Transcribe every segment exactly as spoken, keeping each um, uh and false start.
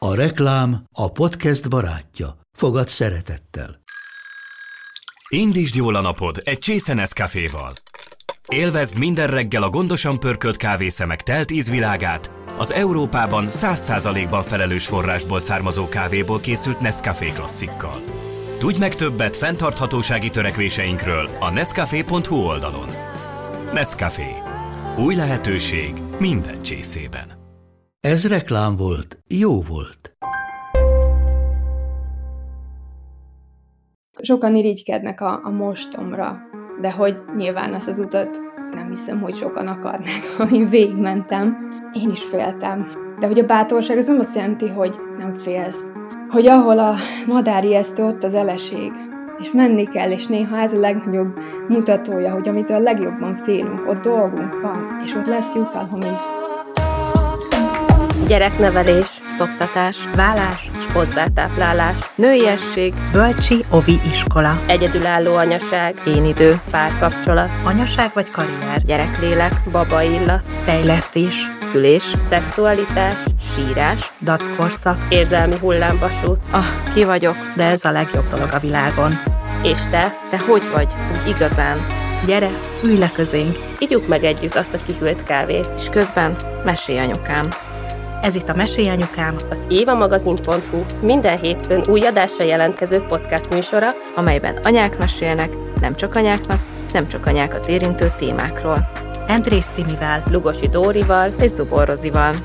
A reklám a podcast barátja. Fogad szeretettel. Indítsd jól a napod egy csésze Nescaféval. Élvezd minden reggel a gondosan pörkölt kávészemek telt ízvilágát, az Európában száz százalékban felelős forrásból származó kávéból készült Nescafé klasszikkal. Tudj meg többet fenntarthatósági törekvéseinkről a nescafé pont hu oldalon. Nescafé. Új lehetőség minden csészében. Ez reklám volt, jó volt. Sokan irigykednek a, a mostomra, de hogy nyilván azt az utat nem hiszem, hogy sokan akarnák, amin végigmentem. Én is féltem. De hogy a bátorság az nem azt jelenti, hogy nem félsz. Hogy ahol a madár ijesztő, ott az eleség. És menni kell, és néha ez a legnagyobb mutatója, hogy amitől a legjobban félünk, ott dolgunk van, és ott lesz jutalom is. Gyereknevelés, szoptatás, vállás és hozzátáplálás, nőiesség, bölcsi ovi iskola, egyedülálló anyaság, énidő, párkapcsolat, anyaság vagy karrier, gyereklélek, baba illat, fejlesztés, szülés, szexualitás, sírás, dackorszak, érzelmi hullámvasút. Ah, ki vagyok, de ez a legjobb dolog a világon. És te? Te hogy vagy, úgy igazán? Gyere, ülj le közénk. Igyuk meg együtt azt a kihűlt kávét. És közben mesélj anyukám. Ez itt a Mesélj Anyukám, az évamagazin pont hu minden hétfőn új adásra jelentkező podcast műsora, amelyben anyák mesélnek, nem csak anyáknak, nem csak anyákat érintő témákról. Andrész Timivel, Lugosi Dórival és Zubor Rozival.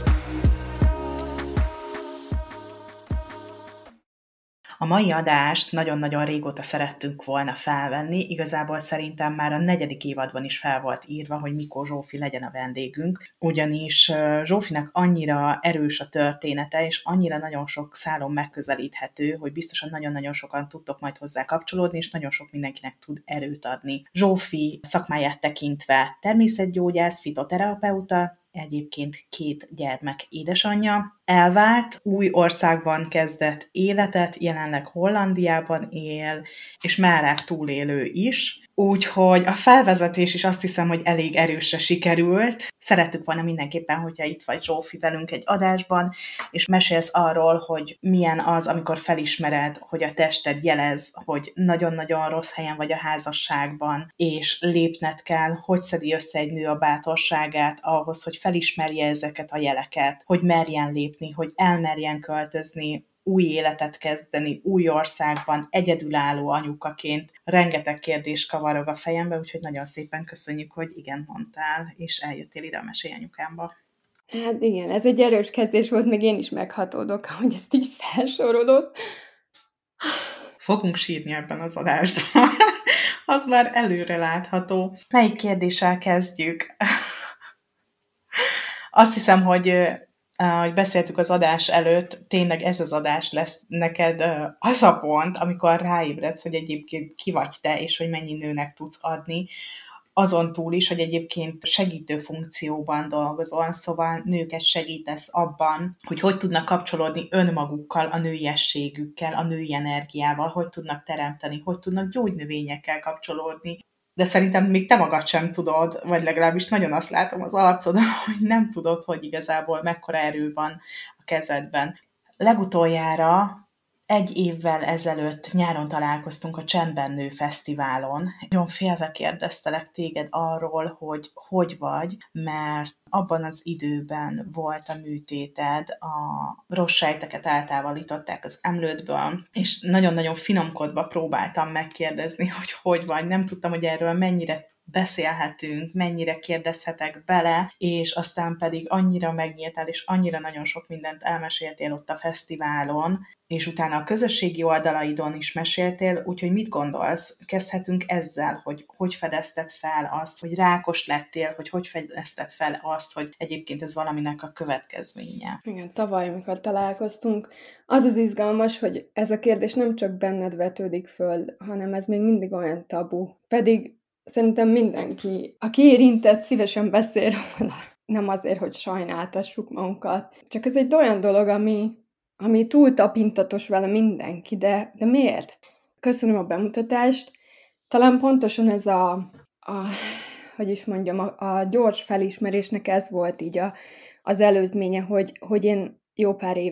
A mai adást nagyon-nagyon régóta szerettünk volna felvenni, igazából szerintem már a negyedik évadban is fel volt írva, hogy mikor Zsófi legyen a vendégünk, ugyanis Zsófinak annyira erős a története, és annyira nagyon sok szálon megközelíthető, hogy biztosan nagyon-nagyon sokan tudtok majd hozzá kapcsolódni, és nagyon sok mindenkinek tud erőt adni. Zsófi szakmáját tekintve természetgyógyász, fitoterapeuta, egyébként két gyermek édesanyja, elvált, új országban kezdett életet, jelenleg Hollandiában él, és márák túlélő is. Úgyhogy a felvezetés is azt hiszem, hogy elég erősre sikerült. Szerettük volna mindenképpen, hogyha itt vagy Zsófi velünk egy adásban, és mesélsz arról, hogy milyen az, amikor felismered, hogy a tested jelez, hogy nagyon-nagyon rossz helyen vagy a házasságban, és lépned kell, hogy szedi össze egy nő a bátorságát ahhoz, hogy felismerje ezeket a jeleket, hogy merjen lépni, hogy elmerjen költözni, új életet kezdeni, új országban, egyedülálló anyukaként. Rengeteg kérdés kavarog a fejembe, úgyhogy nagyon szépen köszönjük, hogy igen mondtál, és eljöttél ide a Mesélj Anyukámba. Hát igen, ez egy erős kezdés volt, meg én is meghatódok, ahogy ezt így felsorolod. Fogunk sírni ebben az adásban. Az már előre látható. Melyik kérdéssel kezdjük? Azt hiszem, hogy ahogy beszéltük az adás előtt, tényleg ez az adás lesz neked az a pont, amikor ráébredsz, hogy egyébként ki vagy te, és hogy mennyi nőnek tudsz adni, azon túl is, hogy egyébként segítő funkcióban dolgozol, szóval nőket segítesz abban, hogy hogy tudnak kapcsolódni önmagukkal, a nőiességükkel, a női energiával, hogy tudnak teremteni, hogy tudnak gyógynövényekkel kapcsolódni. De szerintem még te magad sem tudod, vagy legalábbis nagyon azt látom az arcodon, hogy nem tudod, hogy igazából mekkora erő van a kezedben. Legutoljára egy évvel ezelőtt nyáron találkoztunk a Csendben Nő Fesztiválon. Nagyon félve kérdeztelek téged arról, hogy hogy vagy, mert abban az időben volt a műtéted, a rossz sejteket eltávolították az emlődből, és nagyon-nagyon finomkodva próbáltam megkérdezni, hogy hogy vagy. Nem tudtam, hogy erről mennyire beszélhetünk, mennyire kérdezhetek bele, és aztán pedig annyira megnyíltál, és annyira nagyon sok mindent elmeséltél ott a fesztiválon, és utána a közösségi oldalaidon is meséltél, úgyhogy mit gondolsz? Kezdhetünk ezzel, hogy hogy fedezted fel azt, hogy rákos lettél, hogy hogy fedezted fel azt, hogy egyébként ez valaminek a következménye. Igen, tavaly, amikor találkoztunk, az az izgalmas, hogy ez a kérdés nem csak benned vetődik föl, hanem ez még mindig olyan tabu. Pedig szerintem mindenki, aki érintett, szívesen beszél róla. Nem azért, hogy sajnáltassuk magunkat. Csak ez egy olyan dolog, ami, ami túl tapintatos vele mindenki, de, de miért? Köszönöm a bemutatást. Talán pontosan ez a, a hogy is mondjam, a, a gyors felismerésnek ez volt így a, az előzménye, hogy, hogy én jó pár éve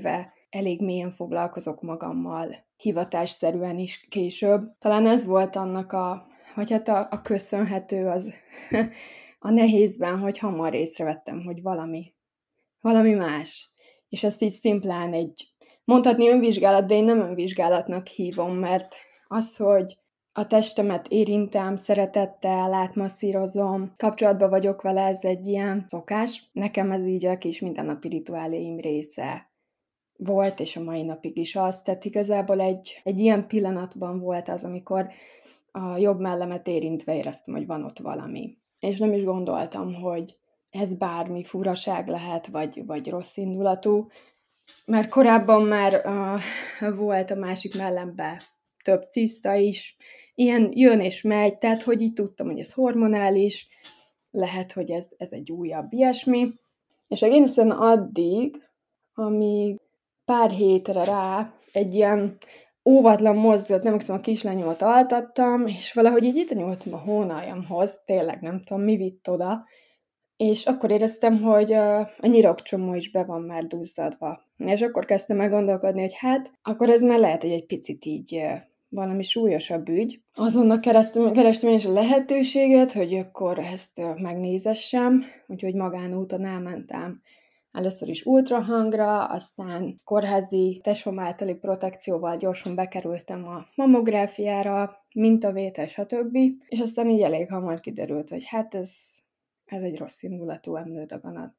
elég mélyen foglalkozok magammal, hivatásszerűen is később. Talán ez volt annak a, vagy hát a, a köszönhető az a nehézben, hogy hamar észrevettem, hogy valami, valami más. És ezt így szimplán egy, mondhatni önvizsgálat, de én nem önvizsgálatnak hívom, mert az, hogy a testemet érintem, szeretettel átmasszírozom, kapcsolatban vagyok vele, ez egy ilyen szokás. Nekem ez így a kis mindennapi rituáléim része volt, és a mai napig is az. Tehát igazából egy, egy ilyen pillanatban volt az, amikor a jobb mellemet érintve éreztem, hogy van ott valami. És nem is gondoltam, hogy ez bármi furaság lehet, vagy, vagy rossz indulatú, mert korábban már uh, volt a másik mellemben több ciszta is, ilyen jön és megy, tehát hogy így tudtam, hogy ez hormonális, lehet, hogy ez, ez egy újabb ilyesmi, és egészen addig, amíg pár hétre rá egy ilyen óvatlan mozdulat, nem hiszem, a kislányomat altattam, és valahogy így itt nyúltam a hónaljamhoz, tényleg nem tudom, mi vitt oda, és akkor éreztem, hogy a nyirokcsomó is be van már duzzadva. És akkor kezdtem el gondolkodni, hogy hát, akkor ez már lehet, hogy egy picit így valami súlyosabb ügy. Azonnal kerestem, kerestem én is a lehetőséget, hogy akkor ezt megnézessem, úgyhogy magánúton elmentem. Először is ultrahangra, aztán kórházi testhom általi protekcióval gyorsan bekerültem a mammográfiára, mintavétel, stb. És aztán így elég hamar kiderült, hogy hát ez, ez egy rossz indulatú emlődaganat.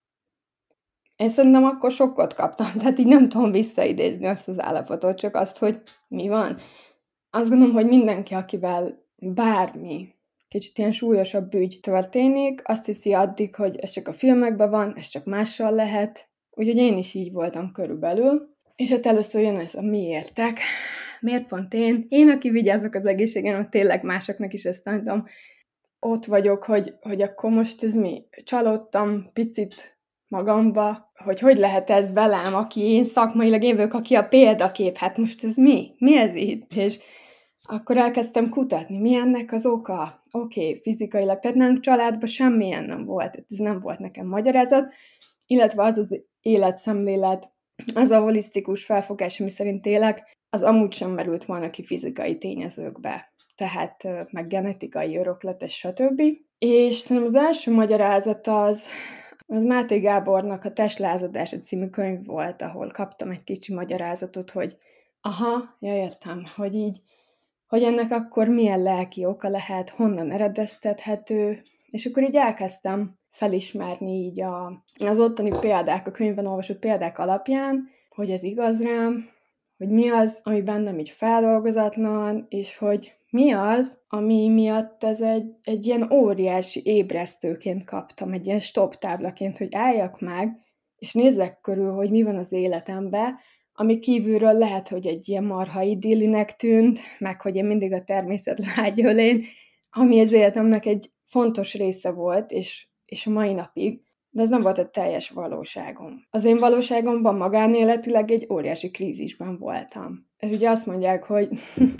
Én szerintem akkor sokkot kaptam, tehát így nem tudom visszaidézni azt az állapotot, csak azt, hogy mi van. Azt gondolom, hogy mindenki, akivel bármi kicsit ilyen súlyosabb ügy történik, azt hiszi addig, hogy ez csak a filmekben van, ez csak mással lehet. Úgyhogy én is így voltam körülbelül. És hát először jön ez a miértek. Miért pont én? Én, aki vigyázok az egészségen, tényleg másoknak is ezt tanítom. Ott vagyok, hogy, hogy akkor most ez mi? Csalódtam picit magamba, hogy hogy lehet ez velem, aki én szakmailag én vagyok, aki a példakép, hát most ez mi? Mi ez itt? És akkor elkezdtem kutatni, mi ennek az oka? Oké, okay, fizikailag, tehát nem családban semmilyen nem volt, ez nem volt nekem magyarázat, illetve az az életszemlélet, az a holisztikus felfogás, ami szerint élek, az amúgy sem merült volna ki fizikai tényezőkbe, tehát meg genetikai, örökletes, stb. És szerintem az első magyarázat az, az Máté Gábornak a Testlázadása című könyv volt, ahol kaptam egy kicsi magyarázatot, hogy aha, ja értem, hogy így, hogy ennek akkor milyen lelki oka lehet, honnan eredeztethető, és akkor így elkezdtem felismerni így a, az ottani példák, a könyvben olvasott példák alapján, hogy ez igaz rám, hogy mi az, ami bennem így feldolgozatlan, és hogy mi az, ami miatt ez egy, egy ilyen óriási ébresztőként kaptam, egy ilyen stop táblaként, hogy álljak meg, és nézzek körül, hogy mi van az életemben, ami kívülről lehet, hogy egy ilyen marha idillinek tűnt, meg hogy én mindig a természet lágyölén, ami az életemnek egy fontos része volt, és, és a mai napig, de ez nem volt a teljes valóságom. Az én valóságomban magánéletileg egy óriási krízisben voltam. És ugye azt mondják, hogy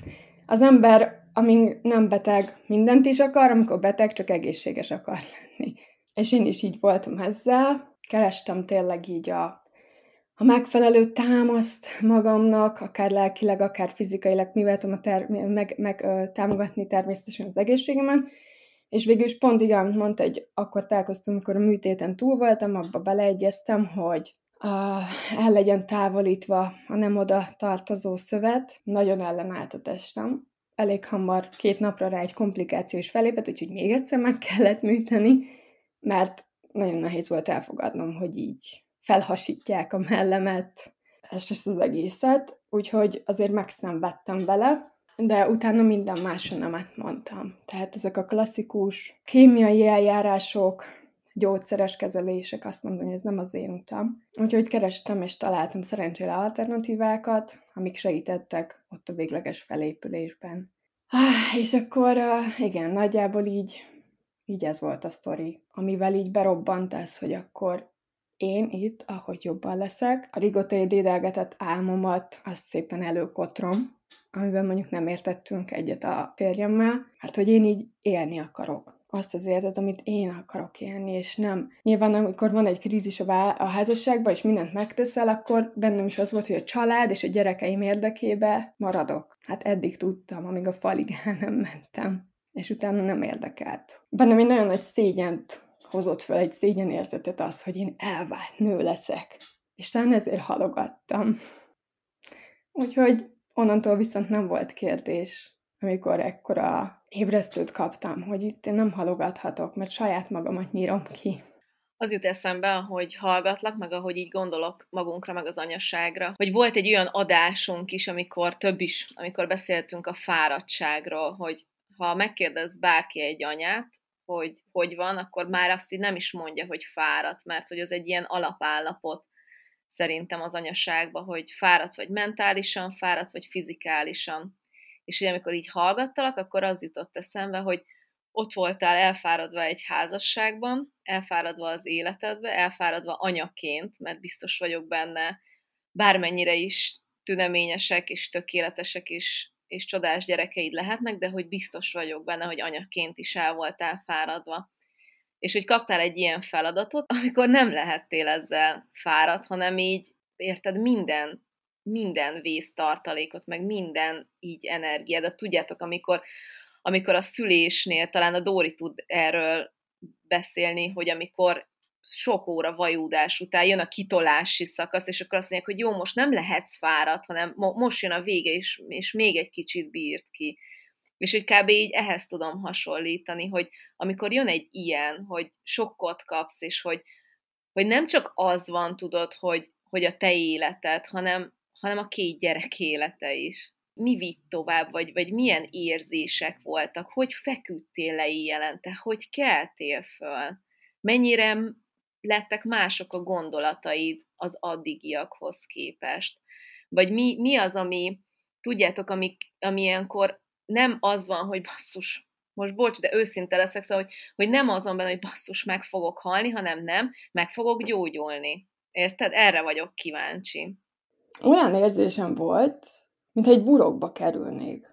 az ember, amíg nem beteg, mindent is akar, amikor beteg, csak egészséges akar lenni. És én is így voltam ezzel, kerestem tényleg így a a megfelelő támaszt magamnak, akár lelkileg, akár fizikailag, mivel tudom a ter- meg, meg ö, támogatni természetesen az egészségemet, és végül is pont igen, amit mondta, hogy akkor találkoztunk, amikor a műtéten túl voltam, abba beleegyeztem, hogy uh, el legyen távolítva a nem oda tartozó szövet, nagyon ellenállt a testem. Elég hamar, két napra rá egy komplikáció is felépett, úgyhogy még egyszer meg kellett műteni, mert nagyon nehéz volt elfogadnom, hogy így felhasítják a mellemet, és ezt az egészet, úgyhogy azért megszenvedtem bele, de utána minden másra nemet mondtam. Tehát ezek a klasszikus kémiai eljárások, gyógyszeres kezelések, azt mondom, hogy ez nem az én utam. Úgyhogy kerestem és találtam szerencsére alternatívákat, amik segítettek ott a végleges felépülésben. Ah, és akkor igen, nagyjából így, így ez volt a sztori, amivel így berobbant ez, hogy akkor én itt, ahogy jobban leszek, a régóta dédelgetett álmomat azt szépen előkotrom, amiben mondjuk nem értettünk egyet a férjemmel, mert hogy én így élni akarok. azt az életet, amit én akarok élni, és nem. Nyilván, amikor van egy krízis a, vá- a házasságban, és mindent megteszel, akkor bennem is az volt, hogy a család és a gyerekeim érdekébe maradok. Hát eddig tudtam, amíg a falig el nem mentem, és utána nem érdekelt. Bennem egy nagyon nagy szégyent hozott fel, egy szégyenérzetet az, hogy én elvált nő leszek. És talán ezért halogattam. Úgyhogy onnantól viszont nem volt kérdés, amikor ekkora ébresztőt kaptam, hogy itt én nem halogathatok, mert saját magamat nyírom ki. Az jut eszembe, hogy hallgatlak, meg ahogy így gondolok magunkra, meg az anyaságra, hogy volt egy olyan adásunk is, amikor több is, amikor beszéltünk a fáradtságról, hogy ha megkérdez bárki egy anyát, hogy hogy van, akkor már azt így nem is mondja, hogy fáradt, mert hogy az egy ilyen alapállapot szerintem az anyaságban, hogy fáradt vagy mentálisan, fáradt vagy fizikálisan. És hogy amikor így hallgattalak, akkor az jutott eszembe, hogy ott voltál elfáradva egy házasságban, elfáradva az életedbe, elfáradva anyaként, mert biztos vagyok benne, bármennyire is tüneményesek és tökéletesek is, és csodás gyerekeid lehetnek, de hogy biztos vagyok benne, hogy anyaként is el voltál fáradva. És hogy kaptál egy ilyen feladatot, amikor nem lehettél ezzel fáradt, hanem így, érted, minden, minden vésztartalékot, meg minden így energiát. Tudjátok, amikor, amikor a szülésnél, talán a Dóri tud erről beszélni, hogy amikor sok óra vajúdás után jön a kitolási szakasz, és akkor azt mondják, hogy jó, most nem lehetsz fáradt, hanem mo- most jön a vége, és, és még egy kicsit bírt ki. És hogy kb. Így ehhez tudom hasonlítani, hogy amikor jön egy ilyen, hogy sokkot kapsz, és hogy, hogy nem csak az van, tudod, hogy, hogy a te életed, hanem, hanem a két gyerek élete is. Mi vitt tovább, vagy, vagy milyen érzések voltak, hogy feküdtél le éjjelente, hogy keltél föl, mennyire lettek mások a gondolataid az addigiakhoz képest. Vagy mi, mi az, ami, tudjátok, ami, ami ilyenkor nem az van, hogy basszus, most bocs, de őszinte leszek, szóval, hogy, hogy nem az van benne, hogy basszus, meg fogok halni, hanem nem, meg fogok gyógyulni. Érted? Erre vagyok kíváncsi. Olyan érzésem volt, mintha egy burokba kerülnék.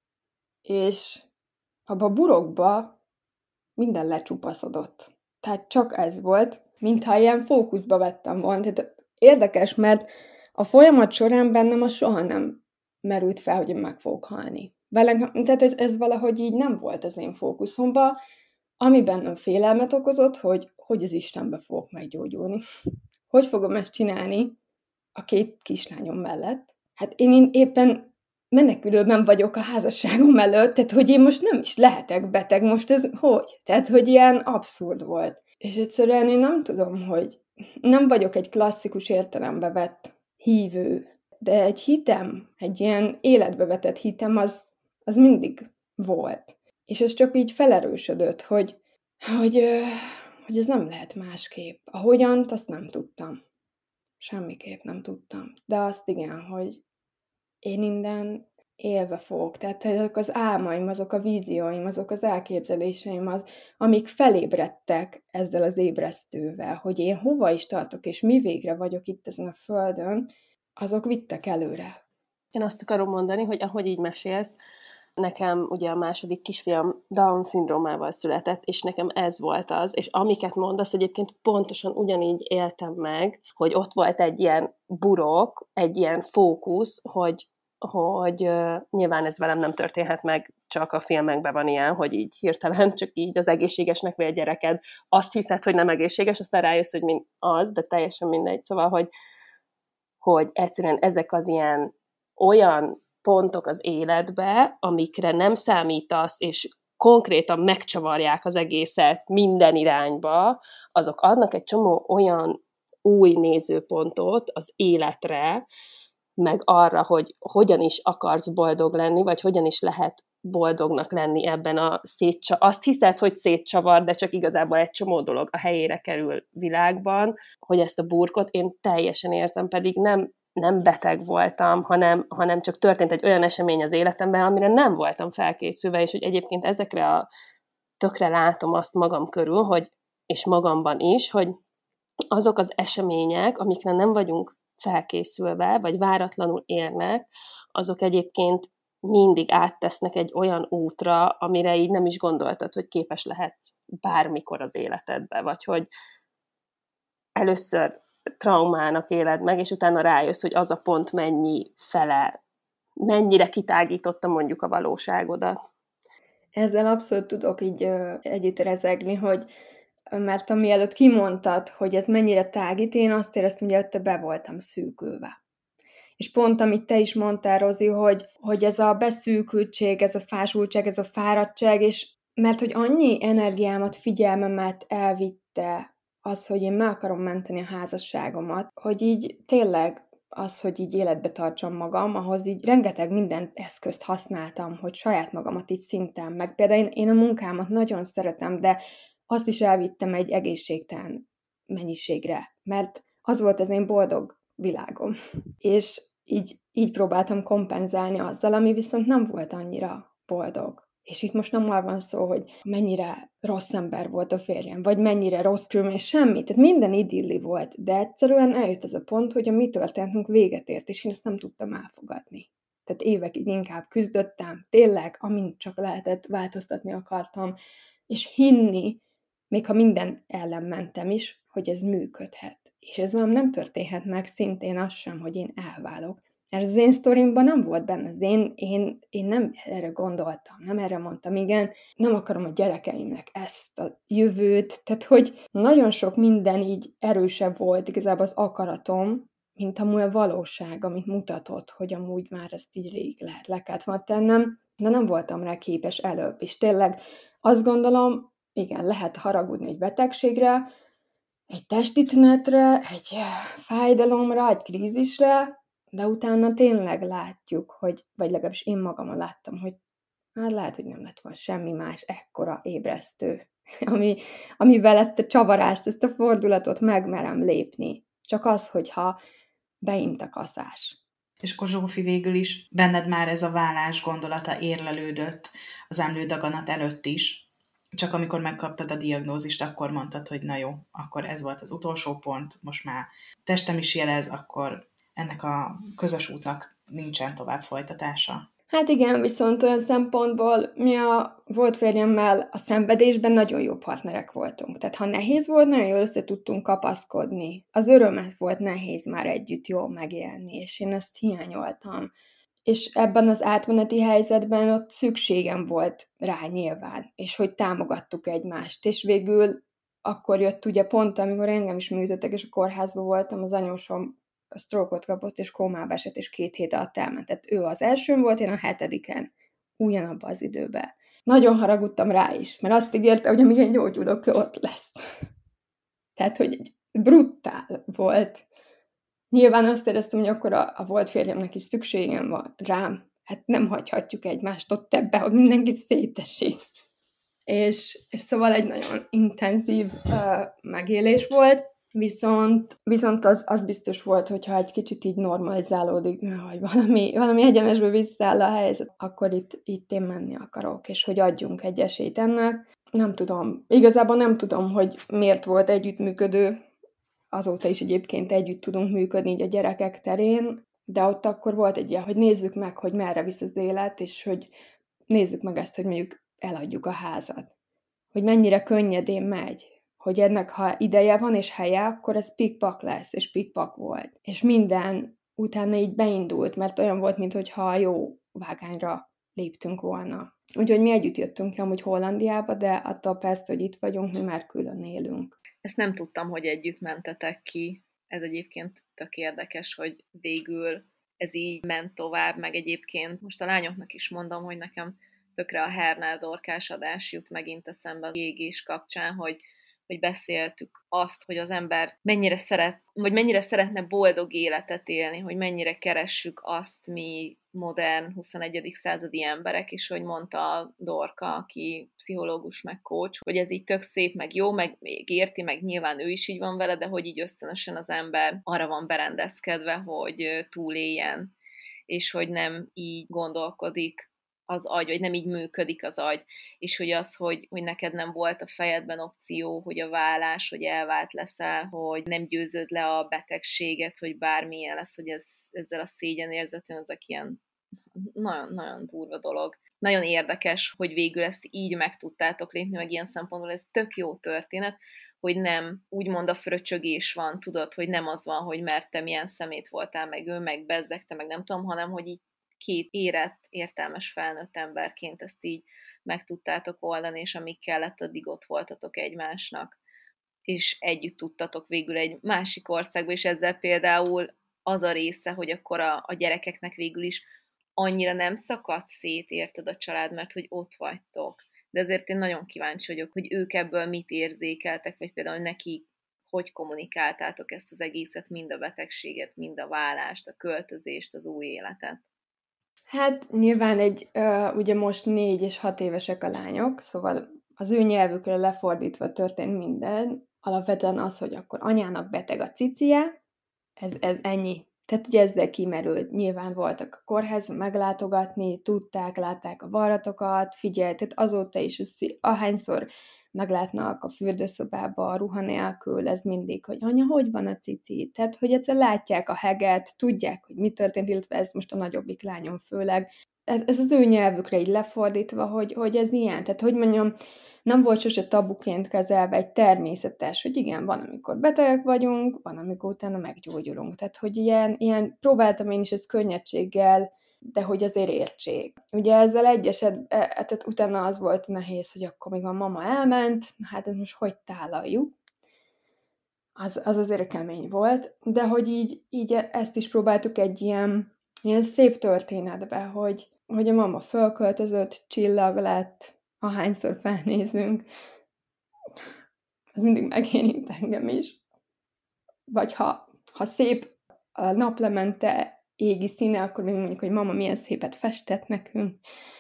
És abba a burokba minden lecsupaszodott. Tehát csak ez volt, mintha ilyen fókuszba vettem volna. Tehát érdekes, mert a folyamat során bennem az soha nem merült fel, hogy én meg fogok halni. Velem, tehát ez, ez valahogy így nem volt az én fókuszomban, ami bennem félelmet okozott, hogy, hogy az Istenbe fogok meggyógyulni. Hogy fogom ezt csinálni a két kislányom mellett? Hát én éppen menekülőben vagyok a házasságom előtt, tehát hogy én most nem is lehetek beteg, most ez hogy? Tehát, hogy ilyen abszurd volt. És egyszerűen én nem tudom, hogy nem vagyok egy klasszikus értelembe vett hívő, de egy hitem, egy ilyen életbe vetett hitem, az, az mindig volt. És ez csak így felerősödött, hogy, hogy, hogy ez nem lehet másképp. Ahogyant, azt nem tudtam. Semmiképp nem tudtam. De azt igen, hogy én innen élve fogok. Tehát ezek az álmaim, azok a vízióim, azok az elképzeléseim, az, amik felébredtek ezzel az ébresztővel, hogy én hova is tartok, és mi végre vagyok itt ezen a földön, azok vittek előre. Én azt akarom mondani, hogy ahogy így mesélsz, nekem ugye a második kisfiam Down-szindrómával született, és nekem ez volt az, és amiket mondasz, egyébként pontosan ugyanígy éltem meg, hogy ott volt egy ilyen burok, egy ilyen fókusz, hogy, hogy uh, nyilván ez velem nem történhet meg, csak a filmekben van ilyen, hogy így hirtelen csak így az egészségesnek vélt gyereked, azt hiszed, hogy nem egészséges, aztán rájössz, hogy mind az, de teljesen mindegy. Szóval, hogy, hogy egyszerűen ezek az ilyen olyan pontok az életbe, amikre nem számítasz, és konkrétan megcsavarják az egészet minden irányba, azok adnak egy csomó olyan új nézőpontot az életre, meg arra, hogy hogyan is akarsz boldog lenni, vagy hogyan is lehet boldognak lenni ebben a szétcsavar. Azt hiszed, hogy szétcsavar, de csak igazából egy csomó dolog a helyére kerül világban, hogy ezt a burkot én teljesen érzem, pedig nem nem beteg voltam, hanem, hanem csak történt egy olyan esemény az életemben, amire nem voltam felkészülve, és hogy egyébként ezekre a tökre látom azt magam körül, hogy, és magamban is, hogy azok az események, amikre nem vagyunk felkészülve, vagy váratlanul érnek, azok egyébként mindig áttesznek egy olyan útra, amire így nem is gondoltad, hogy képes lehetsz bármikor az életedbe, vagy hogy először traumának éled meg, és utána rájössz, hogy az a pont mennyi fele, mennyire kitágította mondjuk a valóságodat. Ezzel abszolút tudok így ö, együtt rezegni, hogy mert amielőtt kimondtad, hogy ez mennyire tágít, én azt éreztem, hogy előtte be voltam szűkülve. És pont, amit te is mondtál, Rozi, hogy, hogy ez a beszűkültség, ez a fásultság, ez a fáradtság, és mert hogy annyi energiámat, figyelmemet elvitte az, hogy én meg akarom menteni a házasságomat, hogy így tényleg az, hogy így életbe tartsam magam, ahhoz így rengeteg minden eszközt használtam, hogy saját magamat így szinten, meg például én, én a munkámat nagyon szeretem, de azt is elvittem egy egészségtelen mennyiségre, mert az volt az én boldog világom. És így, így próbáltam kompenzálni azzal, ami viszont nem volt annyira boldog. És itt most nem arra van szó, hogy mennyire rossz ember volt a férjem, vagy mennyire rossz krüm, és semmi. Tehát minden idilli volt, de egyszerűen eljött az a pont, hogy a mi történetünk véget ért, és én ezt nem tudtam elfogadni. Tehát évekig inkább küzdöttem, tényleg, amint csak lehetett, változtatni akartam, és hinni, még ha minden ellen mentem is, hogy ez működhet. És ez már nem történhet meg, szintén az sem, hogy én elválok. Mert az én sztorimban nem volt benne, az én, én, én nem erre gondoltam, nem erre mondtam, igen, nem akarom a gyerekeimnek ezt a jövőt, tehát hogy nagyon sok minden így erősebb volt igazából az akaratom, mint amúgy a valóság, amit mutatott, hogy amúgy már ezt így rég lehet, le kellett volna tennem, de nem voltam rá képes előbb, és tényleg azt gondolom, igen, lehet haragudni egy betegségre, egy testi tünetre, egy fájdalomra, egy krízisre, de utána tényleg látjuk, hogy, vagy legalábbis én magamon láttam, hogy hát lehet, hogy nem lett volna semmi más ekkora ébresztő, ami, amivel ezt a csavarást, ezt a fordulatot megmerem lépni. Csak az, hogyha beint a kaszás. És akkor Zsófi, végül is benned már ez a vállás gondolata érlelődött az emlődaganat előtt is, csak amikor megkaptad a diagnózist, akkor mondtad, hogy na jó, akkor ez volt az utolsó pont, most már testem is jelez, akkor ennek a közös útnak nincsen tovább folytatása. Hát igen, viszont olyan szempontból mi a volt férjemmel a szenvedésben nagyon jó partnerek voltunk. Tehát ha nehéz volt, nagyon jól össze tudtunk kapaszkodni. Az örömet volt nehéz már együtt jól megélni, és én ezt hiányoltam. És ebben az átmeneti helyzetben ott szükségem volt rá nyilván, és hogy támogattuk egymást. És végül akkor jött ugye pont, amikor engem is műtöttek, és a kórházban voltam, az anyósom sztrókot kapott, és kómába esett, és két hét alatt elment. Tehát ő az elsőn volt, én a hetediken, ugyanabban az időben. Nagyon haragudtam rá is, mert azt ígérte, hogy amíg én gyógyulok, ő ott lesz. Tehát, hogy egy brutál volt. Nyilván azt éreztem, hogy akkor a, a volt férjemnek is szükségem van rám. Hát nem hagyhatjuk egymást ott ebbe, hogy mindenkit szétessék. És, és szóval egy nagyon intenzív uh, megélés volt, viszont, viszont az, az biztos volt, hogyha egy kicsit így normalizálódik, vagy valami, valami egyenesbe visszaáll a helyzet, akkor itt, itt én menni akarok, és hogy adjunk egy esélyt ennek. Nem tudom, igazából nem tudom, hogy miért volt együttműködő, azóta is egyébként együtt tudunk működni így a gyerekek terén, de ott akkor volt egy ilyen, hogy nézzük meg, hogy merre visz az élet, és hogy nézzük meg ezt, hogy mondjuk eladjuk a házat. Hogy mennyire könnyedén megy. Hogy ennek, ha ideje van és helye, akkor ez pikpak lesz, és pikpak volt. És minden utána így beindult, mert olyan volt, mintha a jó vágányra léptünk volna. Úgyhogy mi együtt jöttünk ki amúgy Hollandiába, de attól persze, hogy itt vagyunk, mi már külön élünk. Ezt nem tudtam, hogy együtt mentetek ki. Ez egyébként tök érdekes, hogy végül ez így ment tovább, meg egyébként most a lányoknak is mondom, hogy nekem tökre a Hernál Dorkás adás jut megint eszembe az égés kapcsán, hogy hogy beszéltük azt, hogy az ember mennyire szeret, vagy mennyire szeretne boldog életet élni, hogy mennyire keressük azt mi modern huszonegyedik századi emberek, és hogy mondta a Dorka, aki pszichológus meg coach, hogy ez így tök szép, meg jó, meg még érti, meg nyilván ő is így van vele, de hogy így ösztönösen az ember arra van berendezkedve, hogy túléljen, és hogy nem így gondolkodik az agy, vagy nem így működik az agy, és hogy az, hogy, hogy neked nem volt a fejedben opció, hogy a válás, hogy elvált leszel, hogy nem győzöd le a betegséget, hogy bármilyen lesz, hogy ez, ezzel a szégyenérzeten, ezek ilyen nagyon-nagyon durva dolog. Nagyon érdekes, hogy végül ezt így meg tudtátok lépni, meg ilyen szempontból ez tök jó történet, hogy nem úgymond a fröcsögés van, tudod, hogy nem az van, hogy mert te milyen szemét voltál, meg ő, meg bezzegte, meg nem tudom, hanem hogy így két érett, értelmes felnőtt emberként ezt így meg tudtátok oldani, és amíg kellett, addig ott voltatok egymásnak, és együtt tudtatok végül egy másik országba, és ezzel például az a része, hogy akkor a, a gyerekeknek végül is annyira nem szakad szét, érted, a család, mert hogy ott vagytok. De ezért én nagyon kíváncsi vagyok, hogy ők ebből mit érzékeltek, vagy például neki hogy kommunikáltátok ezt az egészet, mind a betegséget, mind a válást, a költözést, az új életet. Hát nyilván egy, uh, ugye most négy és hat évesek a lányok, szóval az ő nyelvükre lefordítva történt minden. Alapvetően az, hogy akkor anyának beteg a cicie, ez, ez ennyi. Tehát ugye ezzel kimerült. Nyilván voltak a kórház meglátogatni, tudták, látták a varratokat, figyelt, tehát azóta is, ahányszor meglátnak a fürdőszobába a ruha nélkül, ez mindig, hogy anya, hogy van a cici? Tehát, hogy egyszer látják a heget, tudják, hogy mi történt, illetve ez most a nagyobbik lányom főleg. Ez, ez az ő nyelvükre így lefordítva, hogy, hogy ez ilyen. Tehát, hogy mondjam, nem volt sose tabuként kezelve, egy természetes, hogy igen, van, amikor betegek vagyunk, van, amikor utána meggyógyulunk. Tehát, hogy ilyen, ilyen próbáltam én is ezt könnyedséggel, de hogy azért értsék. Ugye ezzel egy eset, tehát utána az volt nehéz, hogy akkor még a mama elment, hát ez most hogy tálaljuk. Az, az azért kemény volt, de hogy így, így ezt is próbáltuk egy ilyen, ilyen szép történetbe, hogy, hogy a mama fölköltözött, csillag lett, ahányszor felnézünk, az mindig megérint engem is. Vagy ha, ha szép a naplemente égi színe, akkor még mondjuk, hogy mama milyen szépet festett nekünk.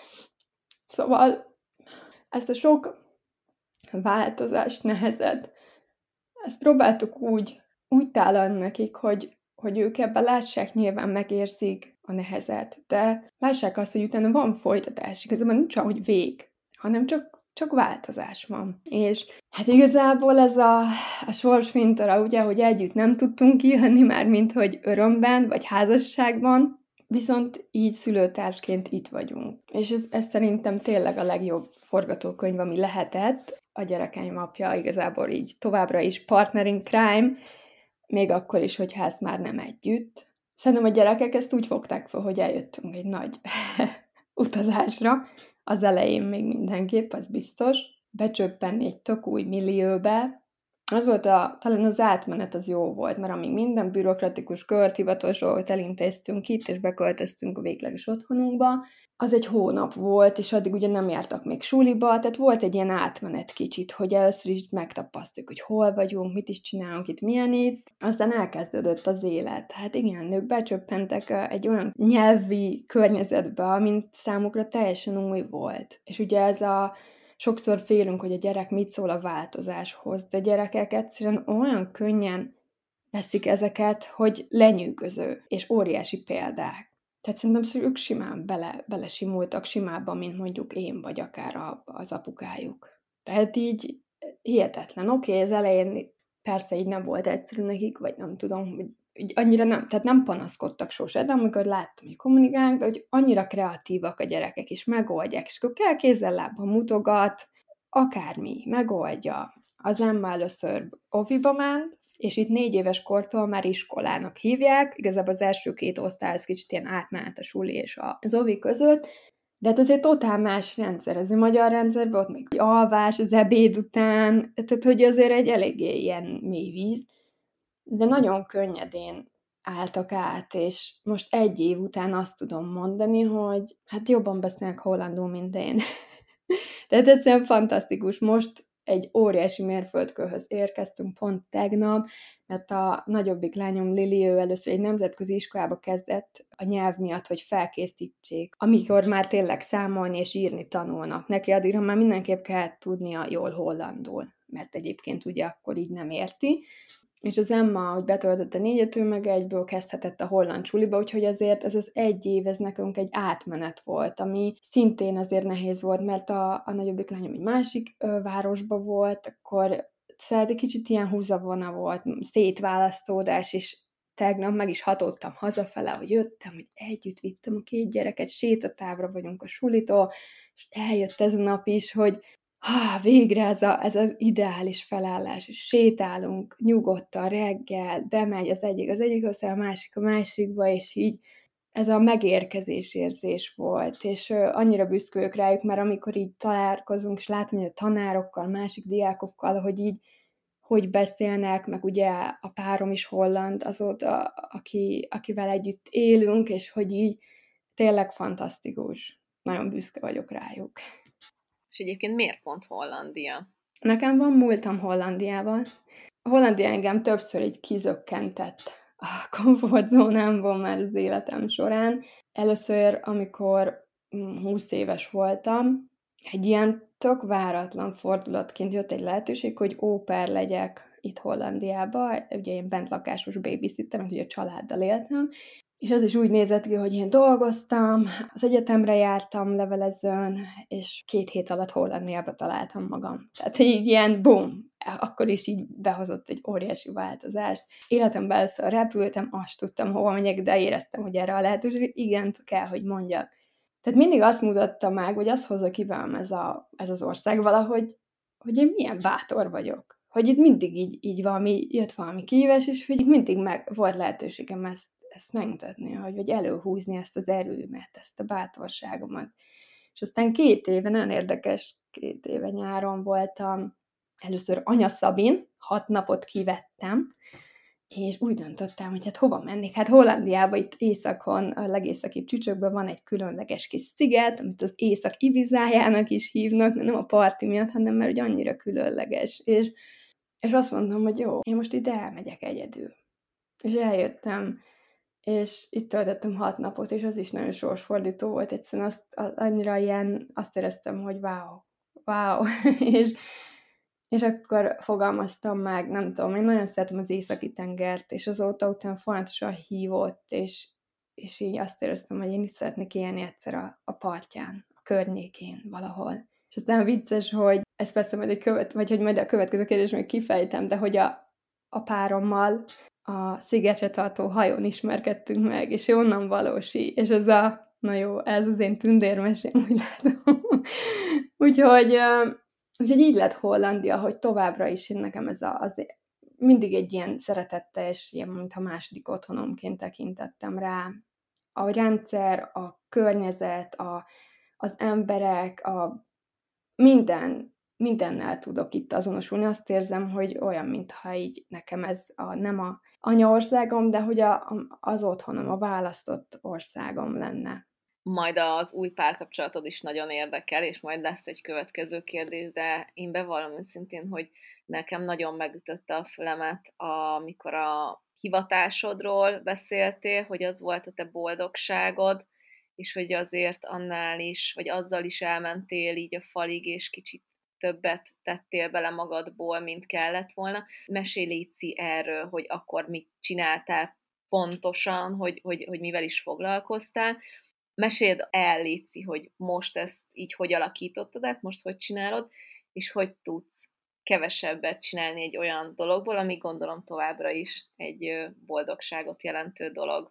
Szóval ezt a sok változást, nehezet, ezt próbáltuk úgy, úgy tálalni nekik, hogy, hogy ők ebben lássák, nyilván megérzik a nehezet, de lássák azt, hogy utána van folytatás, igazából nincs ahogy vég, hanem csak, csak változás van. És hát igazából ez a, a sorsfintora, ugye, hogy együtt nem tudtunk kijönni már, mint hogy örömben, vagy házasságban, viszont így szülőtársként itt vagyunk. És ez, ez szerintem tényleg a legjobb forgatókönyv, ami lehetett. A gyerekeim apja igazából így továbbra is partner in crime, még akkor is, hogyha ezt már nem együtt. Szerintem a gyerekek ezt úgy fogták fel, hogy eljöttünk egy nagy utazásra. Az elején még mindenképp, az biztos. Becsöppenni egy tök új millióbe. Az volt a, talán az átmenet az jó volt, mert amíg minden bürokratikus, költhivatos dolgot elintéztünk itt, és beköltöztünk a végleges otthonunkba, az egy hónap volt, és addig ugye nem jártak még suliba, tehát volt egy ilyen átmenet kicsit, hogy először is megtapasztaljuk, hogy hol vagyunk, mit is csinálunk itt, milyen itt. Aztán elkezdődött az élet. Hát igen, ők becsöppentek egy olyan nyelvi környezetbe, amint számukra teljesen új volt. És ugye ez a sokszor félünk, hogy a gyerek mit szól a változáshoz, de a gyerekek egyszerűen olyan könnyen veszik ezeket, hogy lenyűgöző, és óriási példák. Tehát szerintem ők simán bele, belesimultak simábban, mint mondjuk én, vagy akár a, az apukájuk. Tehát így hihetetlen. Oké, okay, az elején persze így nem volt egyszerű nekik, vagy nem tudom, hogy így annyira nem, tehát nem panaszkodtak sose, de amikor láttam, hogy kommunikálnak, de hogy annyira kreatívak a gyerekek is, megoldják, és akkor kell kézzel-lábbal mutogat, akármi, megoldja. Az Emma először oviba ment, és itt négy éves kortól már iskolának hívják, igazából az első két osztály az kicsit ilyen átmenet a suli és az ovi között, de hát azért totál más rendszer, ez a magyar rendszerben ott még alvás, az ebéd után, tehát hogy azért egy eléggé ilyen mély víz, de nagyon könnyedén álltak át, és most egy év után azt tudom mondani, hogy hát jobban beszélnek hollandul, mint én. Tehát egyszerűen fantasztikus. Most egy óriási mérföldkőhöz érkeztünk pont tegnap, mert a nagyobbik lányom Lili, ő először egy nemzetközi iskolába kezdett a nyelv miatt, hogy felkészítsék, amikor már tényleg számolni és írni tanulnak. Neki addigra már mindenképp kellett tudnia jól hollandul, mert egyébként ugye akkor így nem érti. És az Emma, hogy betöltött a négyet, ő meg egyből kezdhetett a holland suliba, úgyhogy azért ez az egy év, ez nekünk egy átmenet volt, ami szintén azért nehéz volt, mert a, a nagyobbik lányom egy másik ö, városba volt, akkor szóval egy kicsit ilyen húzavona volt, szétválasztódás, és tegnap meg is hatódtam hazafele, hogy jöttem, hogy együtt vittem a két gyereket, sétatávra vagyunk a sulitól, és eljött ez a nap is, hogy ha, végre ez, a, ez az ideális felállás, és sétálunk nyugodtan reggel, bemegy az egyik az egyik hozzá, a másik a másikba, és így ez a megérkezés érzés volt, és uh, annyira büszke vagyok rájuk, mert amikor így találkozunk, és látom, hogy a tanárokkal, másik diákokkal, hogy így hogy beszélnek, meg ugye a párom is holland azóta, aki, akivel együtt élünk, és hogy így tényleg fantasztikus. Nagyon büszke vagyok rájuk. És egyébként miért pont Hollandia? Nekem van múltam Hollandiában. Hollandia engem többször így kizökkentett a komfortzónámból már az életem során. Először, amikor húsz éves voltam, egy ilyen tök váratlan fordulatként jött egy lehetőség, hogy au pair legyek itt Hollandiába. Ugye én bentlakásos babysittem, mert ugye a családdal éltem, és az is úgy nézett ki, hogy én dolgoztam, az egyetemre jártam levelezőn, és két hét alatt Hollandiába találtam magam. Tehát így ilyen bum, akkor is így behozott egy óriási változást. Életemben először repültem, azt tudtam, hova megyek, de éreztem, hogy erre a lehetőség igent kell, hogy mondjak. Tehát mindig azt mutatta meg, vagy azt hozza ki velem ez, a, ez az ország valahogy, hogy én milyen bátor vagyok. Hogy itt mindig így, így valami, jött valami kihívás, és hogy itt mindig meg volt lehetőségem ezt, ezt megmutatni, hogy, vagy előhúzni ezt az erőmet, ezt a bátorságomat. És aztán két éve, nagyon érdekes, két éve nyáron voltam, először Anya Szabin, hat napot kivettem, és úgy döntöttem, hogy hát hova mennék. Hát Hollandiában, itt északon, a legészakibb csücsökben van egy különleges kis sziget, amit az észak Ibizájának is hívnak, nem a parti miatt, hanem mert hogy annyira különleges. És, és azt mondtam, hogy jó, én most ide elmegyek egyedül. És eljöttem, és itt töltöttem hat napot, és az is nagyon sorsfordító volt. Egyszerűen azt, annyira ilyen, azt éreztem, hogy wow, wow. és És akkor fogalmaztam meg, nem tudom, én nagyon szeretem az északi tengert, és azóta után folyamatosan hívott, és, és így azt éreztem, hogy én is szeretnék élni egyszer a, a partján, a környékén valahol. És aztán vicces, hogy ez persze majd egy követ, vagy hogy majd a következő kérdés még kifejtem, de hogy a, a párommal a szigetre tartó hajón ismerkedtünk meg, és onnan valósi, és ez a, na jó, ez az én tündérmesém, úgy látom. Úgyhogy... Úgyhogy így lett Hollandia, hogy továbbra is nekem ez a, az mindig egy ilyen szeretetteljes, ilyen, mintha második otthonomként tekintettem rá. A rendszer, a környezet, a, az emberek, a minden, mindennel tudok itt azonosulni. Azt érzem, hogy olyan, mintha így nekem ez a, nem a anyaországom, de hogy a, az otthonom, a választott országom lenne. Majd az új párkapcsolatod is nagyon érdekel, és majd lesz egy következő kérdés, de én bevallom őszintén, hogy nekem nagyon megütötte a fülemet, amikor a hivatásodról beszéltél, hogy az volt a te boldogságod, és hogy azért annál is, vagy azzal is elmentél így a falig, és kicsit többet tettél bele magadból, mint kellett volna. Mesélj létszi erről, hogy akkor mit csináltál pontosan, hogy, hogy, hogy mivel is foglalkoztál. Meséld el, létszi, hogy most ezt így hogy alakítottad át, most hogy csinálod, és hogy tudsz kevesebbet csinálni egy olyan dologból, ami gondolom továbbra is egy boldogságot jelentő dolog.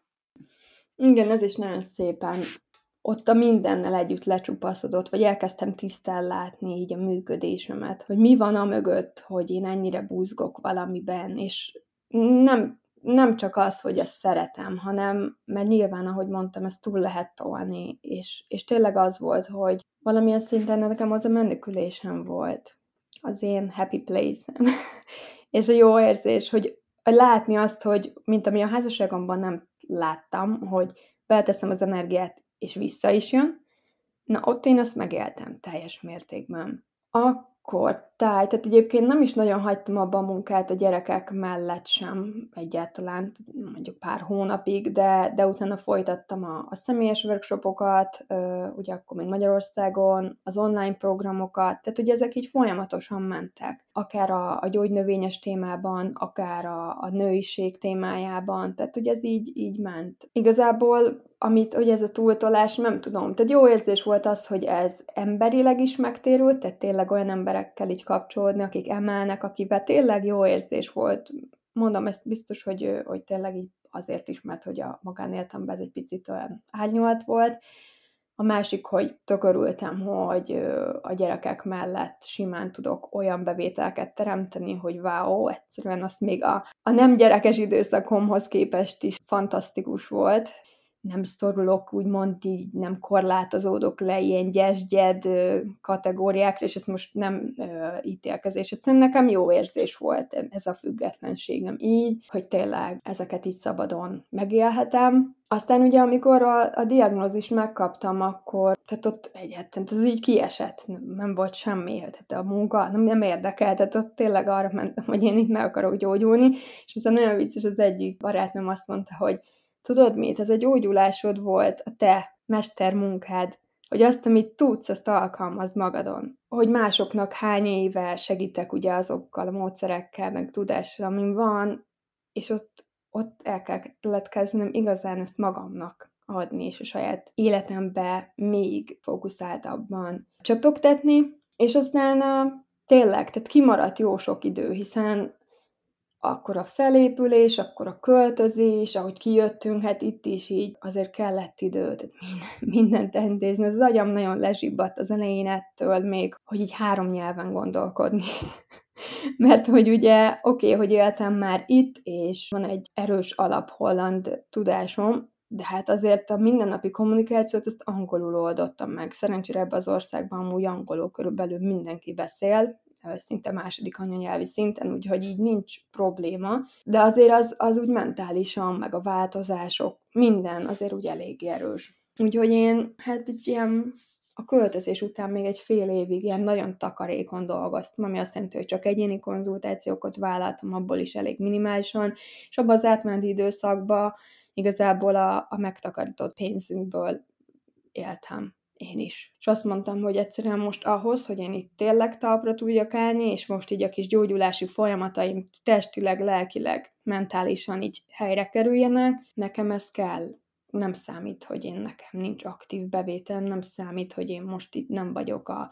Igen, ez is nagyon szépen ott a mindennel együtt lecsupaszodott, vagy elkezdtem tisztán látni így a működésemet, hogy mi van a mögött, hogy én ennyire buzgok valamiben, és nem, nem csak az, hogy ezt szeretem, hanem, mert nyilván, ahogy mondtam, ezt túl lehet tolni, és, és tényleg az volt, hogy valamilyen szinten nekem az a menekülésem volt, az én happy place-em, és a jó érzés, hogy látni azt, hogy mint ami a házasságomban nem láttam, hogy belteszem az energiát, és vissza is jön, na ott én azt megéltem teljes mértékben. Akkor táj, tehát egyébként nem is nagyon hagytam abba a munkát a gyerekek mellett sem egyáltalán, mondjuk pár hónapig, de, de utána folytattam a, a személyes workshopokat, ugye akkor még Magyarországon, az online programokat, tehát ugye ezek így folyamatosan mentek. Akár a, a gyógynövényes témában, akár a, a nőiség témájában, tehát ugye ez így, így ment. Igazából amit, hogy ez a túltolás, nem tudom. Tehát jó érzés volt az, hogy ez emberileg is megtérült, tehát tényleg olyan emberekkel így kapcsolódni, akik emelnek, akivel tényleg jó érzés volt. Mondom, ezt biztos, hogy, hogy tényleg így azért is, mert hogy a magánéletemben ez egy picit olyan árnyalt volt. A másik, hogy tök örültem, hogy a gyerekek mellett simán tudok olyan bevételeket teremteni, hogy wow, egyszerűen azt még a, a nem gyerekes időszakomhoz képest is fantasztikus volt. Nem szorulok, úgymond így nem korlátozódok le ilyen gyesgyed kategóriákra, és ezt most nem ö, ítélkezés. Egyszerűen nekem jó érzés volt ez a függetlenségem így, hogy tényleg ezeket így szabadon megélhetem. Aztán ugye, amikor a, a diagnózist megkaptam, akkor, tehát ott egyáltalán ez így kiesett, nem, nem volt semmi, tehát a munka nem, nem érdekel, tehát ott tényleg arra mentem, hogy én itt meg akarok gyógyulni, és aztán nagyon vicces, az egyik barátnőm azt mondta, hogy tudod mit, ez egy gyógyulásod volt, a te mestermunkád, hogy azt, amit tudsz, azt alkalmazd magadon. Hogy másoknak hány éve segítek ugye azokkal a módszerekkel, meg tudással, amin van, és ott, ott el kellett kezdenem igazán ezt magamnak adni, és a saját életembe még fókuszáltabban csöpögtetni, és aztán a, tényleg, tehát kimaradt jó sok idő, hiszen akkor a felépülés, akkor a költözés, ahogy kijöttünk, hát itt is így azért kellett idő, tehát mindent intézni. Az agyam nagyon lezsibbadt az elején ettől még, hogy így három nyelven gondolkodni. Mert hogy ugye, oké, okay, hogy éltem már itt, és van egy erős alap holland tudásom, de hát azért a mindennapi kommunikációt azt angolul oldottam meg. Szerencsére ebben az országban amúgy angolul körülbelül mindenki beszél, szinte második anyanyelvi szinten, úgyhogy így nincs probléma, de azért az, az úgy mentálisan, meg a változások, minden azért úgy elég erős. Úgyhogy én hát egy ilyen a költözés után még egy fél évig ilyen nagyon takarékon dolgoztam, ami azt jelenti, hogy csak egyéni konzultációkat vállaltam, abból is elég minimálisan, és abban az átmeneti időszakban igazából a, a megtakarított pénzünkből éltem. Én is. És azt mondtam, hogy egyszerűen most ahhoz, hogy én itt tényleg talpra tudjak állni, és most így a kis gyógyulási folyamataim testileg, lelkileg, mentálisan így helyre kerüljenek, nekem ez kell. Nem számít, hogy én nekem nincs aktív bevételem, nem számít, hogy én most itt nem vagyok a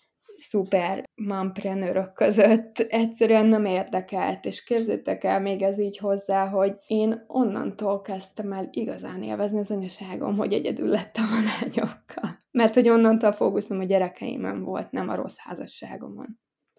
szuper momprenőrök között, egyszerűen nem érdekelt, és képzeljétek el még ez így hozzá, hogy én onnantól kezdtem el igazán élvezni az anyaságom, hogy egyedül lettem a lányokkal. Mert hogy onnantól fókuszom a gyerekeimen volt, nem a rossz házasságomon.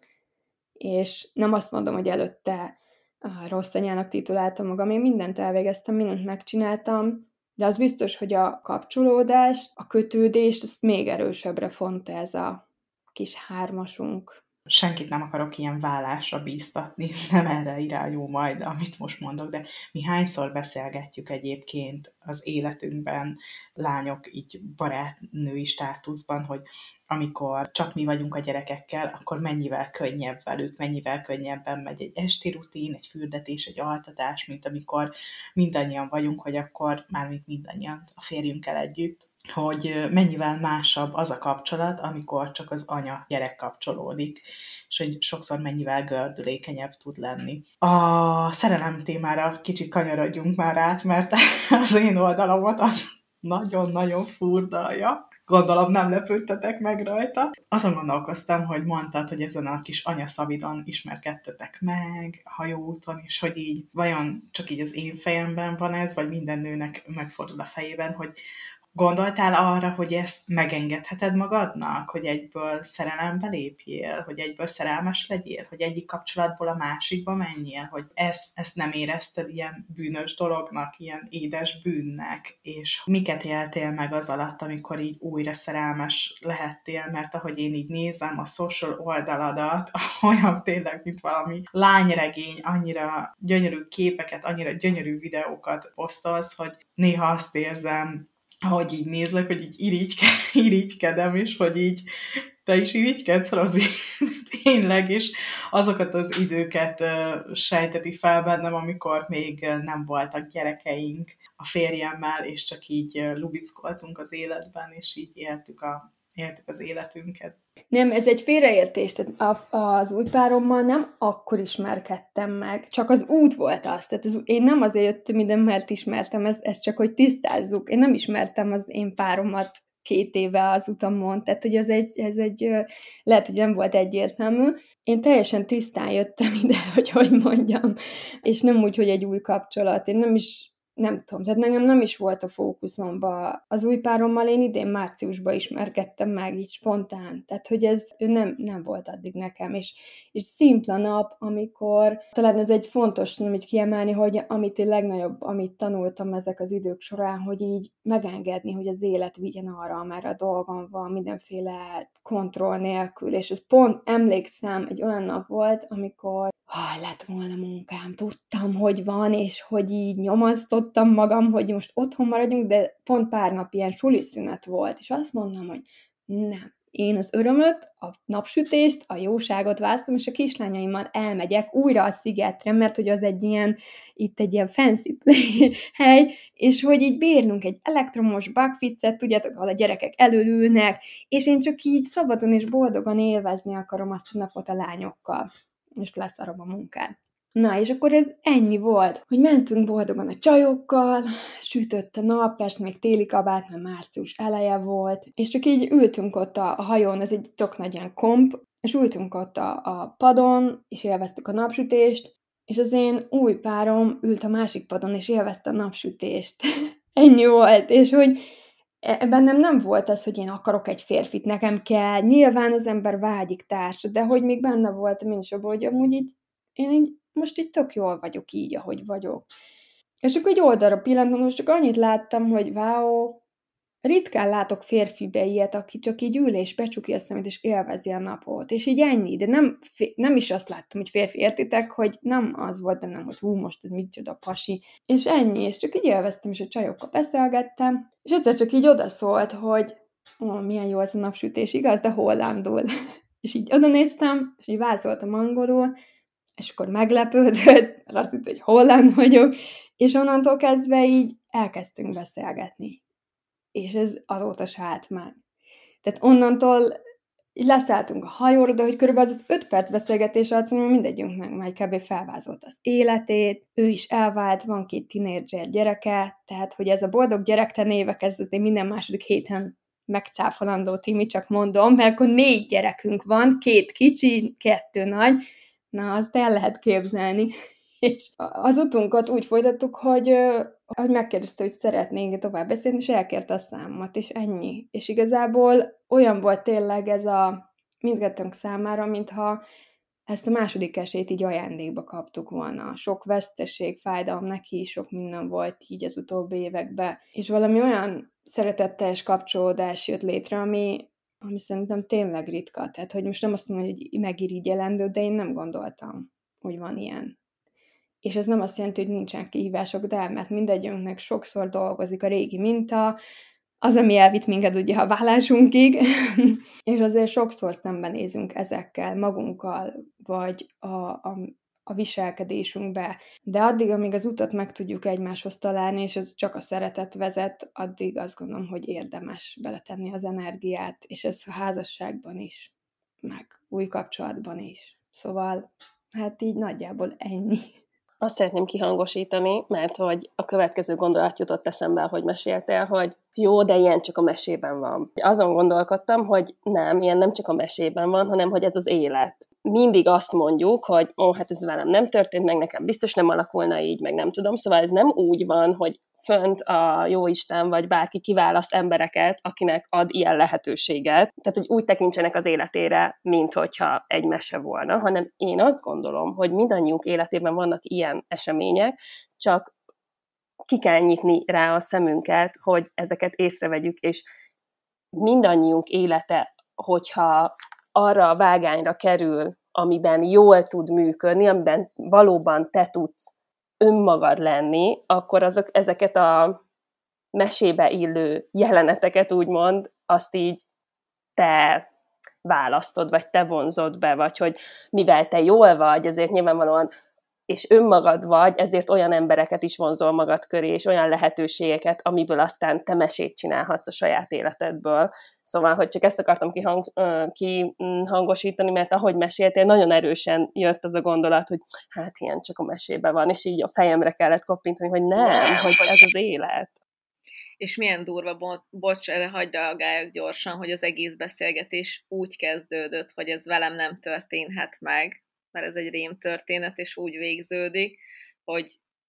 És nem azt mondom, hogy előtte a rossz anyának tituláltam magam, én mindent elvégeztem, mindent megcsináltam, de az biztos, hogy a kapcsolódást, a kötődést, azt még erősebbre fonta ez a kis hármasunk. Senkit nem akarok ilyen vállásra bíztatni, nem erre irányul majd, amit most mondok, de mi hányszor beszélgetjük egyébként az életünkben, lányok így barátnői státuszban, hogy amikor csak mi vagyunk a gyerekekkel, akkor mennyivel könnyebb velük, mennyivel könnyebben megy egy esti rutin, egy fürdetés, egy altatás, mint amikor mindannyian vagyunk, hogy akkor mármint mindannyian a férjünkkel együtt, hogy mennyivel másabb az a kapcsolat, amikor csak az anya-gyerek kapcsolódik, és hogy sokszor mennyivel gördülékenyebb tud lenni. A szerelem témára kicsit kanyarodjunk már át, mert az én oldalamat az nagyon-nagyon furdalja. Gondolom nem lepődtetek meg rajta. Azon gondolkoztam, hogy mondtad, hogy ezen a kis anyaszavidon ismerkedtetek meg, hajóúton, és hogy így vajon csak így az én fejemben van ez, vagy minden nőnek megfordul a fejében, hogy gondoltál arra, hogy ezt megengedheted magadnak, hogy egyből szerelembe lépjél, hogy egyből szerelmes legyél, hogy egyik kapcsolatból a másikba menjél, hogy ezt, ezt nem érezted ilyen bűnös dolognak, ilyen édes bűnnek, és miket éltél meg az alatt, amikor így újra szerelmes lehettél, mert ahogy én így nézem a social oldaladat, olyan tényleg, mint valami lányregény, annyira gyönyörű képeket, annyira gyönyörű videókat posztolsz, hogy néha azt érzem, ahogy így nézlek, hogy így irigyke, irigykedem, és hogy így te is irigykedsz, Rozi, tényleg, és azokat az időket sejteti fel bennem, amikor még nem voltak gyerekeink a férjemmel, és csak így lubickoltunk az életben, és így éltük, a, éltük az életünket. Nem, ez egy félreértés, tehát az új párommal nem akkor ismerkedtem meg, csak az út volt az, tehát az, én nem azért jöttem ide, mert ismertem, ez, ez csak, hogy tisztázzuk, én nem ismertem az én páromat két éve az utamon, tehát hogy ez egy, ez egy, lehet, hogy nem volt egyértelmű, én teljesen tisztán jöttem ide, hogy hogy mondjam, és nem úgy, hogy egy új kapcsolat, én nem is nem tudom, tehát nekem nem is volt a fókuszomba. Az új párommal én idén márciusban ismerkedtem meg, így spontán. Tehát, hogy ez ő nem, nem volt addig nekem. És, és szimpla nap, amikor talán ez egy fontos amit kiemelni, hogy amit én legnagyobb, amit tanultam ezek az idők során, hogy így megengedni, hogy az élet vigyen arra, amerre a dolgom van, mindenféle kontroll nélkül. És ez pont emlékszem, egy olyan nap volt, amikor ha lett volna munkám, tudtam, hogy van, és hogy így nyomasztottam magam, hogy most otthon maradjunk, de pont pár nap ilyen suliszünet volt, és azt mondom, hogy nem. Én az örömöt, a napsütést, a jóságot választom, és a kislányaimmal elmegyek újra a szigetre, mert hogy az egy ilyen, itt egy ilyen fancy hely, és hogy így bírnunk egy elektromos bugfixet, tudjátok, ahol a gyerekek előülnek, és én csak így szabadon és boldogan élvezni akarom azt a napot a lányokkal. És leszarom a munkát. Na, és akkor ez ennyi volt, hogy mentünk boldogan a csajokkal, sütött a nap, persze még téli kabát, mert március eleje volt, és csak így ültünk ott a, a hajón, ez egy tök nagy ilyen komp, és ültünk ott a, a padon, és élveztük a napsütést, és az én új párom ült a másik padon, és élvezte a napsütést. Ennyi volt, és hogy bennem nem volt az, hogy én akarok egy férfit, nekem kell, nyilván az ember vágyik társat, de hogy még benne voltam én is abban, hogy amúgy így, én így, most így tök jól vagyok így, ahogy vagyok. És akkor egy oldalra pillantom, most csak annyit láttam, hogy wow, ritkán látok férfibe ilyet, aki csak így ül és becsukja a szemét, és élvezi a napot. És így ennyi, de nem, nem is azt láttam, hogy férfi, értitek, hogy nem az volt bennem, hogy hú, most ez micsoda pasi. És ennyi, és csak így élveztem, és a csajokkal beszélgettem, és egyszer csak így odaszólt, hogy ó, milyen jó ez a napsütés, igaz, de hollandul. És így odanéztem, és így vázoltam angolul, és akkor meglepődött, mert azt hitt, hogy holland vagyok, és onnantól kezdve így elkezdtünk beszélgetni. És ez azóta se állt meg. Tehát onnantól így leszálltunk a hajóra, de hogy körülbelül az öt perc beszélgetés alatt szóval mindegyünk meg majd kb. Felvázolt az életét, ő is elvált, van két tínédzser gyereke, tehát hogy ez a boldog gyerektanévek, ez azért minden második héten megcáfolandó, Timi, csak mondom, mert akkor négy gyerekünk van, két kicsi, kettő nagy, na azt el lehet képzelni. És az utunkat úgy folytattuk, hogy, hogy megkérdezte, hogy szeretnénk tovább beszélni, és elkérte a számomat, és ennyi. És igazából olyan volt tényleg ez a mindkettőnk számára, mintha ezt a második esélyt így ajándékba kaptuk volna. Sok veszteség, fájdalom neki, sok minden volt így az utóbbi években. És valami olyan szeretetteljes kapcsolódás jött létre, ami, ami szerintem tényleg ritka. Tehát, hogy most nem azt mondom, hogy megirigyelendő, de én nem gondoltam, hogy van ilyen. És ez nem azt jelenti, hogy nincsen kihívások, de mert mindegyünknek sokszor dolgozik a régi minta, az, ami elvitt minket ugye a vállásunkig, és azért sokszor szembenézünk ezekkel magunkkal, vagy a, a, a viselkedésünkbe. De addig, amíg az utat meg tudjuk egymáshoz találni, és ez csak a szeretet vezet, addig azt gondolom, hogy érdemes beletenni az energiát, és ez a házasságban is, meg új kapcsolatban is. Szóval, hát így nagyjából ennyi. Azt szeretném kihangosítani, mert hogy a következő gondolat jutott eszembe, hogy meséltél, hogy jó, de ilyen csak a mesében van. Azon gondolkodtam, hogy nem, ilyen nem csak a mesében van, hanem hogy ez az élet. Mindig azt mondjuk, hogy ó, hát ez velem nem történt, meg nekem biztos nem alakulna így, meg nem tudom. Szóval ez nem úgy van, hogy fönt a jóisten, vagy bárki kiválaszt embereket, akinek ad ilyen lehetőséget. Tehát, hogy úgy tekintsenek az életére, mint hogyha egy mese volna, hanem én azt gondolom, hogy mindannyiunk életében vannak ilyen események, csak ki kell nyitni rá a szemünket, hogy ezeket észrevegyük, és mindannyiunk élete, hogyha arra a vágányra kerül, amiben jól tud működni, amiben valóban te tudsz önmagad lenni, akkor azok ezeket a mesébe illő jeleneteket úgymond, azt így te választod, vagy te vonzod be, vagy hogy mivel te jól vagy, ezért nyilvánvalóan és önmagad vagy, ezért olyan embereket is vonzol magad köré, és olyan lehetőségeket, amiből aztán te mesét csinálhatsz a saját életedből. Szóval, hogy csak ezt akartam kihang, kihangosítani, mert ahogy meséltél, nagyon erősen jött az a gondolat, hogy hát ilyen csak a mesében van, és így a fejemre kellett koppintani, hogy nem, nem hogy ez az élet. És milyen durva, bo- bocs, erre hagyd reagáljak gyorsan, hogy az egész beszélgetés úgy kezdődött, hogy ez velem nem történhet meg, mert ez egy rém történet, és úgy végződik, hogy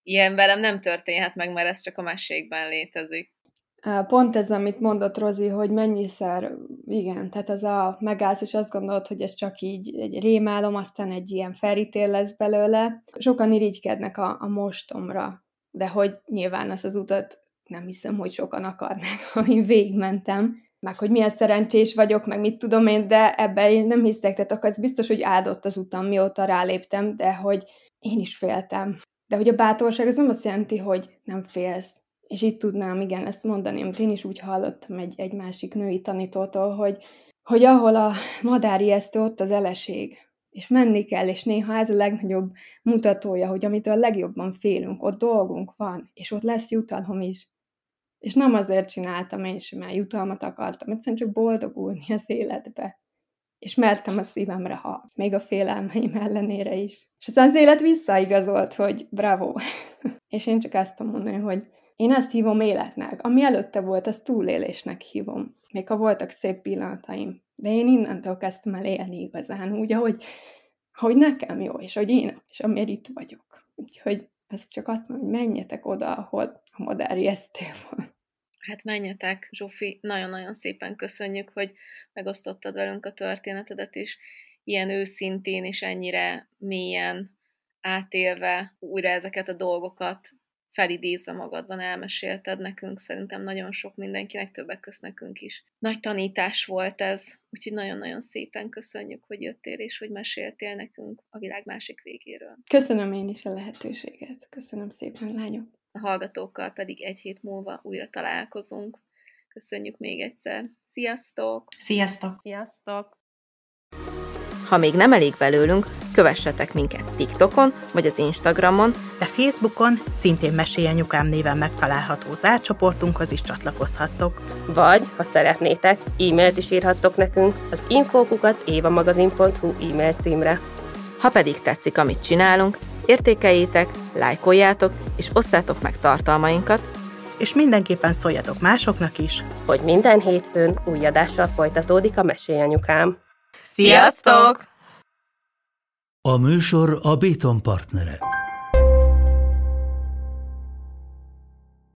ilyen velem nem történhet meg, mert ez csak a mesékben létezik. Pont ez, amit mondott Rozi, hogy mennyiszer, igen, tehát az a megállsz, és azt gondolod, hogy ez csak így egy rémálom, aztán egy ilyen fairytale lesz belőle. Sokan irigykednek a, a mostomra, de hogy nyilván azt az utat nem hiszem, hogy sokan akarnák, amin végigmentem, meg hogy milyen szerencsés vagyok, meg mit tudom én, de ebben én nem hiszek, tehát akkor ez biztos, hogy áldott az utam, mióta ráléptem, de hogy én is féltem. De hogy a bátorság az nem azt jelenti, hogy nem félsz. És itt tudnám, igen, ezt mondani, amit én is úgy hallottam egy, egy másik női tanítótól, hogy, hogy ahol a madárijesztő, ott az eleség. És menni kell, és néha ez a legnagyobb mutatója, hogy amitől a legjobban félünk, ott dolgunk van, és ott lesz jutalom is. És nem azért csináltam én sem, mert jutalmat akartam, egyszerűen csak boldogulni az életbe. És mertem a szívemre hatni, még a félelmeim ellenére is. És aztán az élet visszaigazolt, hogy bravo. És én csak azt tudom mondani, hogy én ezt hívom életnek. Ami előtte volt, azt túlélésnek hívom. Még ha voltak szép pillanataim. De én innentől kezdtem el élni igazán, úgy, ahogy, ahogy nekem jó, és hogy én, és amiért itt vagyok. Úgyhogy ezt csak azt mondom, hogy menjetek oda, ahol a madárijesztő van. Hát menjetek, Zsófi, nagyon-nagyon szépen köszönjük, hogy megosztottad velünk a történetedet, és ilyen őszintén és ennyire mélyen átélve újra ezeket a dolgokat felidézve magadban elmesélted nekünk, szerintem nagyon sok mindenkinek, többek közt nekünk is. Nagy tanítás volt ez, úgyhogy nagyon-nagyon szépen köszönjük, hogy jöttél, és hogy meséltél nekünk a világ másik végéről. Köszönöm én is a lehetőséget. Köszönöm szépen, lányok. A hallgatókkal pedig egy hét múlva újra találkozunk. Köszönjük még egyszer. Sziasztok! Sziasztok! Sziasztok! Ha még nem elég belőlünk, kövessetek minket TikTokon vagy az Instagramon, de Facebookon szintén Mesélj Anyukám néven megtalálható zárt csoportunkhoz is csatlakozhattok. Vagy, ha szeretnétek, e-mailt is írhattok nekünk az info kukac évamagazin pont hu e-mail címre. Ha pedig tetszik, amit csinálunk, értékeljétek, lájkoljátok és osszátok meg tartalmainkat, és mindenképpen szóljatok másoknak is, hogy minden hétfőn új adással folytatódik a Mesélj Anyukám. Sziasztok! A műsor a Béton partnere.